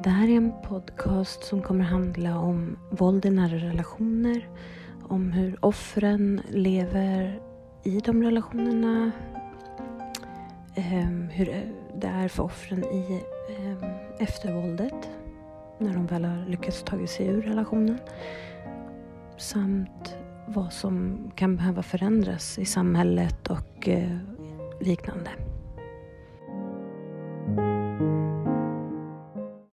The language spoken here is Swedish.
Det här är en podcast som kommer handla om våld i nära relationer, om hur offren lever i de relationerna, hur det är för offren i eftervåldet när de väl har lyckats ta sig ur relationen, samt vad som kan behöva förändras i samhället och liknande.